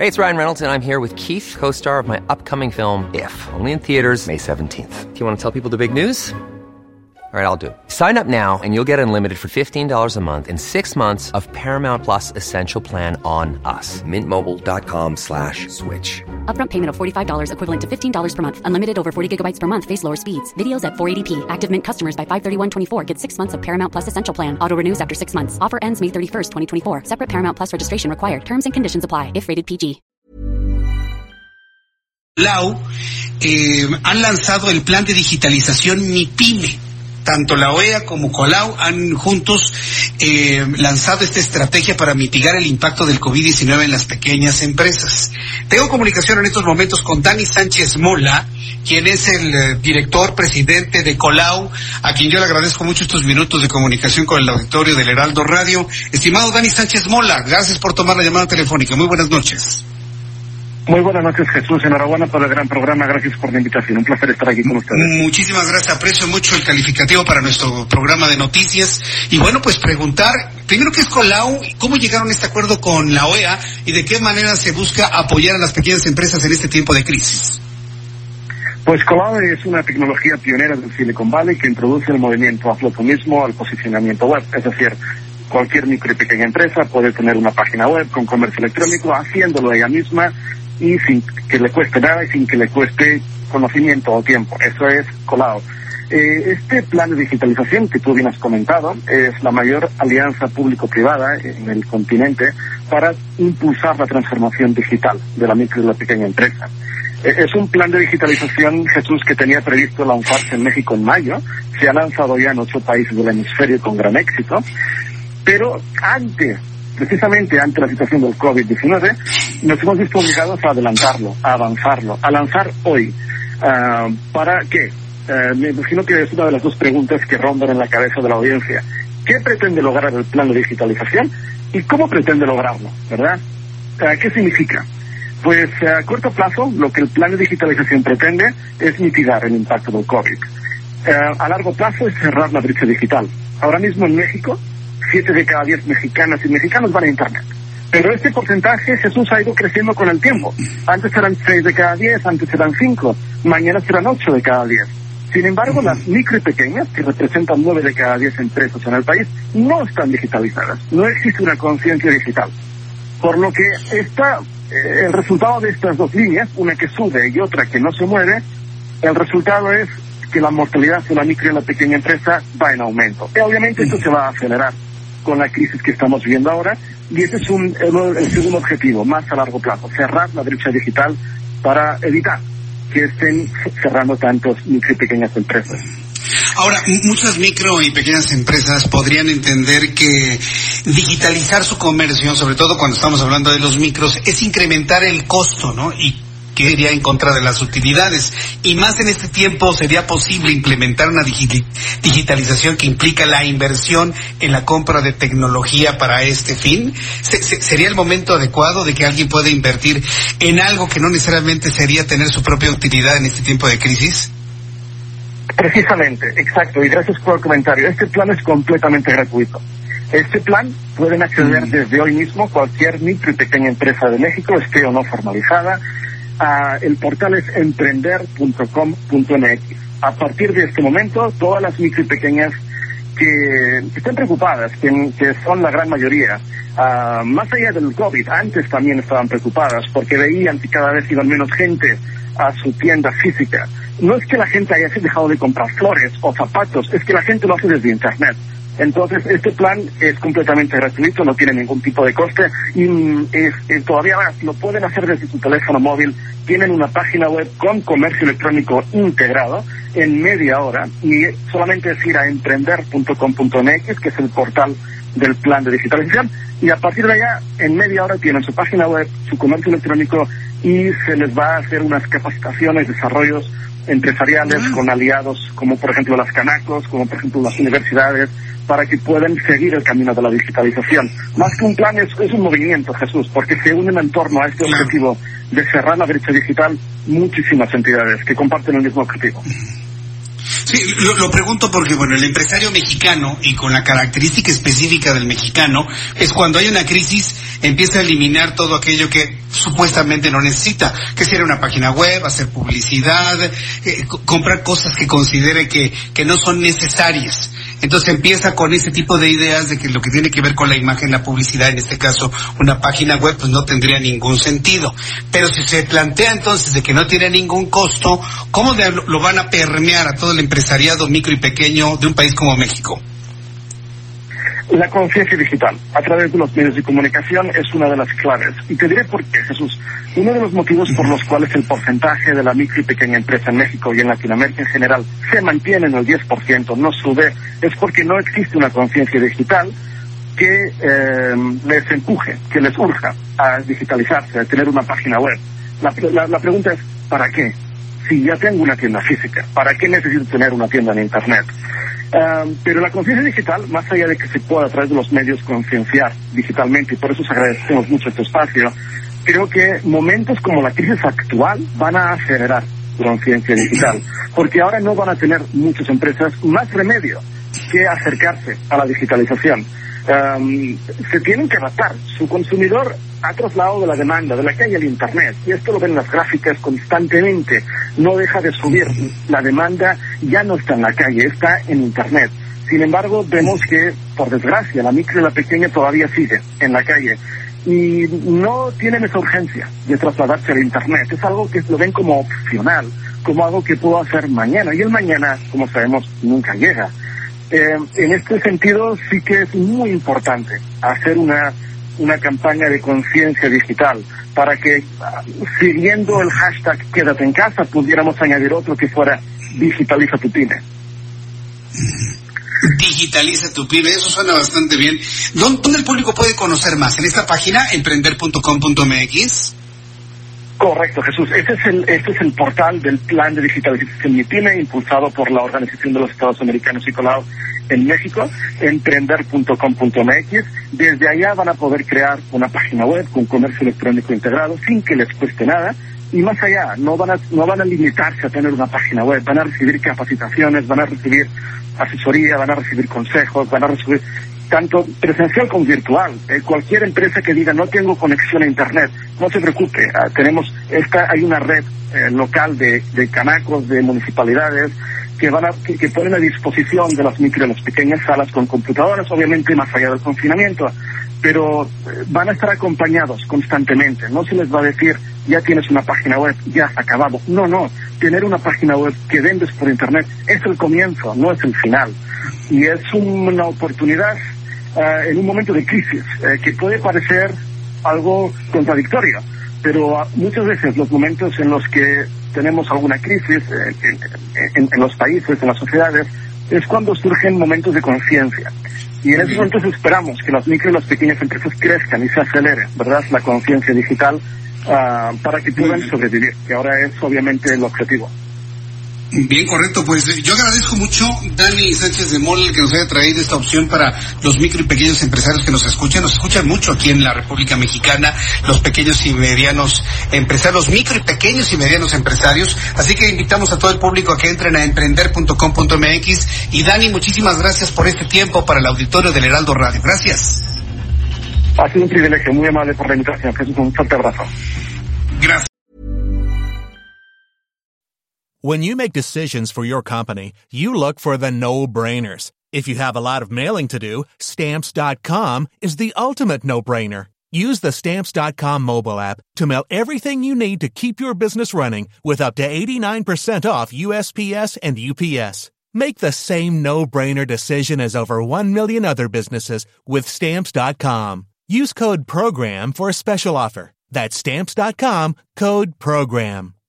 Hey, it's Ryan Reynolds, and I'm here with Keith, co-star of my upcoming film, If, only in theaters May 17th. Do you want to tell people the big news? All right, I'll do it. Sign up now and you'll get unlimited for $15 a month and 6 months of Paramount Plus Essential Plan on us. MintMobile.com/switch. Upfront payment of $45 equivalent to $15 per month. Unlimited over 40 gigabytes per month. Face lower speeds. Videos at 480p. Active Mint customers by 531.24 get 6 months of Paramount Plus Essential Plan. Auto renews after 6 months. Offer ends May 31st, 2024. Separate Paramount Plus registration required. Terms and conditions apply if rated PG. Colau han lanzado el plan de digitalización Mi Pyme. Tanto la OEA como Colau han juntos lanzado esta estrategia para mitigar el impacto del COVID-19 en las pequeñas empresas. Tengo comunicación en estos momentos con Dani Sánchez Mola, quien es el director presidente de Colau, a quien yo le agradezco mucho estos minutos de comunicación con el auditorio del Heraldo Radio. Estimado Dani Sánchez Mola, gracias por tomar la llamada telefónica. Muy buenas noches. Muy buenas noches, Jesús. Enhorabuena por el gran programa. Gracias por la invitación. Un placer estar aquí con ustedes. Muchísimas gracias. Aprecio mucho el calificativo para nuestro programa de noticias. Y bueno, pues preguntar, primero, ¿qué es Colau? ¿Cómo llegaron a este acuerdo con la OEA? ¿Y de qué manera se busca apoyar a las pequeñas empresas en este tiempo de crisis? Pues Colau es una tecnología pionera del Silicon Valley que introduce el movimiento hacia lo mismo al posicionamiento web. Es decir, cualquier micro y pequeña empresa puede tener una página web con comercio electrónico, haciéndolo ella misma y sin que le cueste nada y sin que le cueste conocimiento o tiempo. Eso es Colau. Este plan de digitalización que tú bien has comentado es la mayor alianza público-privada en el continente para impulsar la transformación digital de la micro y la pequeña empresa. Es un plan de digitalización, Jesús, que tenía previsto lanzarse en México en mayo. Se ha lanzado ya en 8 países del hemisferio con gran éxito. Pero precisamente ante la situación del COVID-19, nos hemos visto obligados a adelantarlo, a avanzarlo, a lanzar hoy. ¿Para qué? Me imagino que es una de las dos preguntas que rondan en la cabeza de la audiencia. ¿Qué pretende lograr el plan de digitalización y cómo pretende lograrlo? ¿Verdad? ¿Qué significa? Pues a corto plazo, lo que el plan de digitalización pretende es mitigar el impacto del COVID. A largo plazo es cerrar la brecha digital. Ahora mismo en México, 7 de cada 10 mexicanas y mexicanos van a Internet. Pero este porcentaje, Jesús, ha ido creciendo con el tiempo. Antes eran 6 de cada 10, antes eran 5, mañana serán 8 de cada 10. Sin embargo, las micro y pequeñas, que representan 9 de cada 10 empresas en el país, no están digitalizadas. No existe una conciencia digital. Por lo que el resultado de estas dos líneas, una que sube y otra que no se mueve, el resultado es que la mortalidad de la micro y la pequeña empresa va en aumento. Y obviamente esto se va a acelerar con la crisis que estamos viviendo ahora, y ese es el segundo objetivo, más a largo plazo, cerrar la brecha digital para evitar que estén cerrando tantas micro y pequeñas empresas. Ahora, muchas micro y pequeñas empresas podrían entender que digitalizar su comercio, sobre todo cuando estamos hablando de los micros, es incrementar el costo, ¿no? Y que iría en contra de las utilidades. Y más en este tiempo sería posible implementar una digitalización que implica la inversión en la compra de tecnología para este fin. ¿Sería el momento adecuado de que alguien pueda invertir en algo que no necesariamente sería tener su propia utilidad en este tiempo de crisis? Precisamente, exacto, y gracias por el comentario. Este plan es completamente gratuito. Este plan pueden acceder desde hoy mismo cualquier micro y pequeña empresa de México, esté o no formalizada. El portal es emprender.com.mx. A partir de este momento, todas las micro y pequeñas que estén preocupadas, que son la gran mayoría, más allá del COVID, antes también estaban preocupadas porque veían que cada vez iban menos gente a su tienda física. No es que la gente haya dejado de comprar flores o zapatos, es que la gente lo hace desde Internet. Entonces, este plan es completamente gratuito, no tiene ningún tipo de coste y todavía más, lo pueden hacer desde su teléfono móvil. Tienen una página web con comercio electrónico integrado en media hora y solamente es ir a emprender.com.mx, que es el portal del plan de digitalización, y a partir de allá, en media hora tienen su página web, su comercio electrónico y se les va a hacer unas capacitaciones, desarrollos empresariales con aliados como por ejemplo las Canacos, como por ejemplo las universidades, para que puedan seguir el camino de la digitalización. Más que un plan, es un movimiento, Jesús, porque se unen en torno a este objetivo de cerrar la brecha digital muchísimas entidades que comparten el mismo objetivo. Sí, lo pregunto porque, bueno, el empresario mexicano, y con la característica específica del mexicano, es cuando hay una crisis, empieza a eliminar todo aquello que supuestamente no necesita, que sea una página web, hacer publicidad, comprar cosas que considere que no son necesarias. Entonces empieza con ese tipo de ideas de que lo que tiene que ver con la imagen, la publicidad, en este caso una página web, pues no tendría ningún sentido. Pero si se plantea entonces de que no tiene ningún costo, ¿cómo lo van a permear a todo el empresariado micro y pequeño de un país como México? La conciencia digital a través de los medios de comunicación es una de las claves. Y te diré por qué, Jesús. Uno de los motivos por los cuales el porcentaje de la micro y pequeña empresa en México y en Latinoamérica en general se mantiene en el 10%, no sube, es porque no existe una conciencia digital que les empuje, que les urja a digitalizarse, a tener una página web. La pregunta es, ¿para qué? Si ya tengo una tienda física, ¿para qué necesito tener una tienda en Internet? Pero la conciencia digital, más allá de que se pueda a través de los medios concienciar digitalmente, y por eso os agradecemos mucho este espacio, creo que momentos como la crisis actual van a acelerar conciencia digital, porque ahora no van a tener muchas empresas más remedio que acercarse a la digitalización. Se tienen que adaptar. Su consumidor ha trasladado de la demanda de la calle al Internet, y esto lo ven las gráficas constantemente. No deja de subir. La demanda ya no está en la calle, está en Internet. Sin embargo, vemos que, por desgracia, la micro y la pequeña todavía sigue en la calle y no tienen esa urgencia de trasladarse al Internet. Es algo que lo ven como opcional, como algo que puedo hacer mañana, y el mañana, como sabemos, nunca llega. En este sentido sí que es muy importante hacer una campaña de conciencia digital para que, siguiendo el hashtag Quédate en casa, pudiéramos añadir otro que fuera Digitaliza tu pyme. Digitaliza tu pyme, eso suena bastante bien. ¿Dónde el público puede conocer más? ¿En esta página, emprender.com.mx? Correcto, Jesús. Este es el portal del plan de digitalización Mi Pyme, impulsado por la Organización de los Estados Americanos y colado en México, emprender.com.mx. Desde allá van a poder crear una página web con comercio electrónico integrado sin que les cueste nada. Y más allá, no van a limitarse a tener una página web, van a recibir capacitaciones, van a recibir asesoría, van a recibir consejos, van a recibir tanto presencial como virtual. Cualquier empresa que diga no tengo conexión a Internet, no se preocupe, hay una red local de canacos, de municipalidades que ponen a disposición de las micro y las pequeñas salas con computadoras, obviamente más allá del confinamiento, pero van a estar acompañados constantemente. No se les va a decir ya tienes una página web, ya has acabado. No, tener una página web que vendes por Internet es el comienzo, no es el final, y es una oportunidad en un momento de crisis que puede parecer algo contradictorio, pero muchas veces los momentos en los que tenemos alguna crisis en los países, en las sociedades, es cuando surgen momentos de conciencia. Y en esos momentos esperamos que las micro y las pequeñas empresas crezcan y se acelere, ¿verdad?, la conciencia digital para que puedan sobrevivir, que ahora es obviamente el objetivo. Bien, correcto. Pues yo agradezco mucho, Dani Sánchez de Mol, que nos haya traído esta opción para los micro y pequeños empresarios que nos escuchan. Nos escuchan mucho aquí en la República Mexicana, los pequeños y medianos empresarios, los micro y pequeños y medianos empresarios. Así que invitamos a todo el público a que entren a emprender.com.mx. Y Dani, muchísimas gracias por este tiempo para el auditorio del Heraldo Radio. Gracias. Ha sido un privilegio, muy amable por la invitación. Jesús, un fuerte abrazo. Gracias. When you make decisions for your company, you look for the no-brainers. If you have a lot of mailing to do, Stamps.com is the ultimate no-brainer. Use the Stamps.com mobile app to mail everything you need to keep your business running with up to 89% off USPS and UPS. Make the same no-brainer decision as over 1 million other businesses with Stamps.com. Use code PROGRAM for a special offer. That's Stamps.com, code PROGRAM.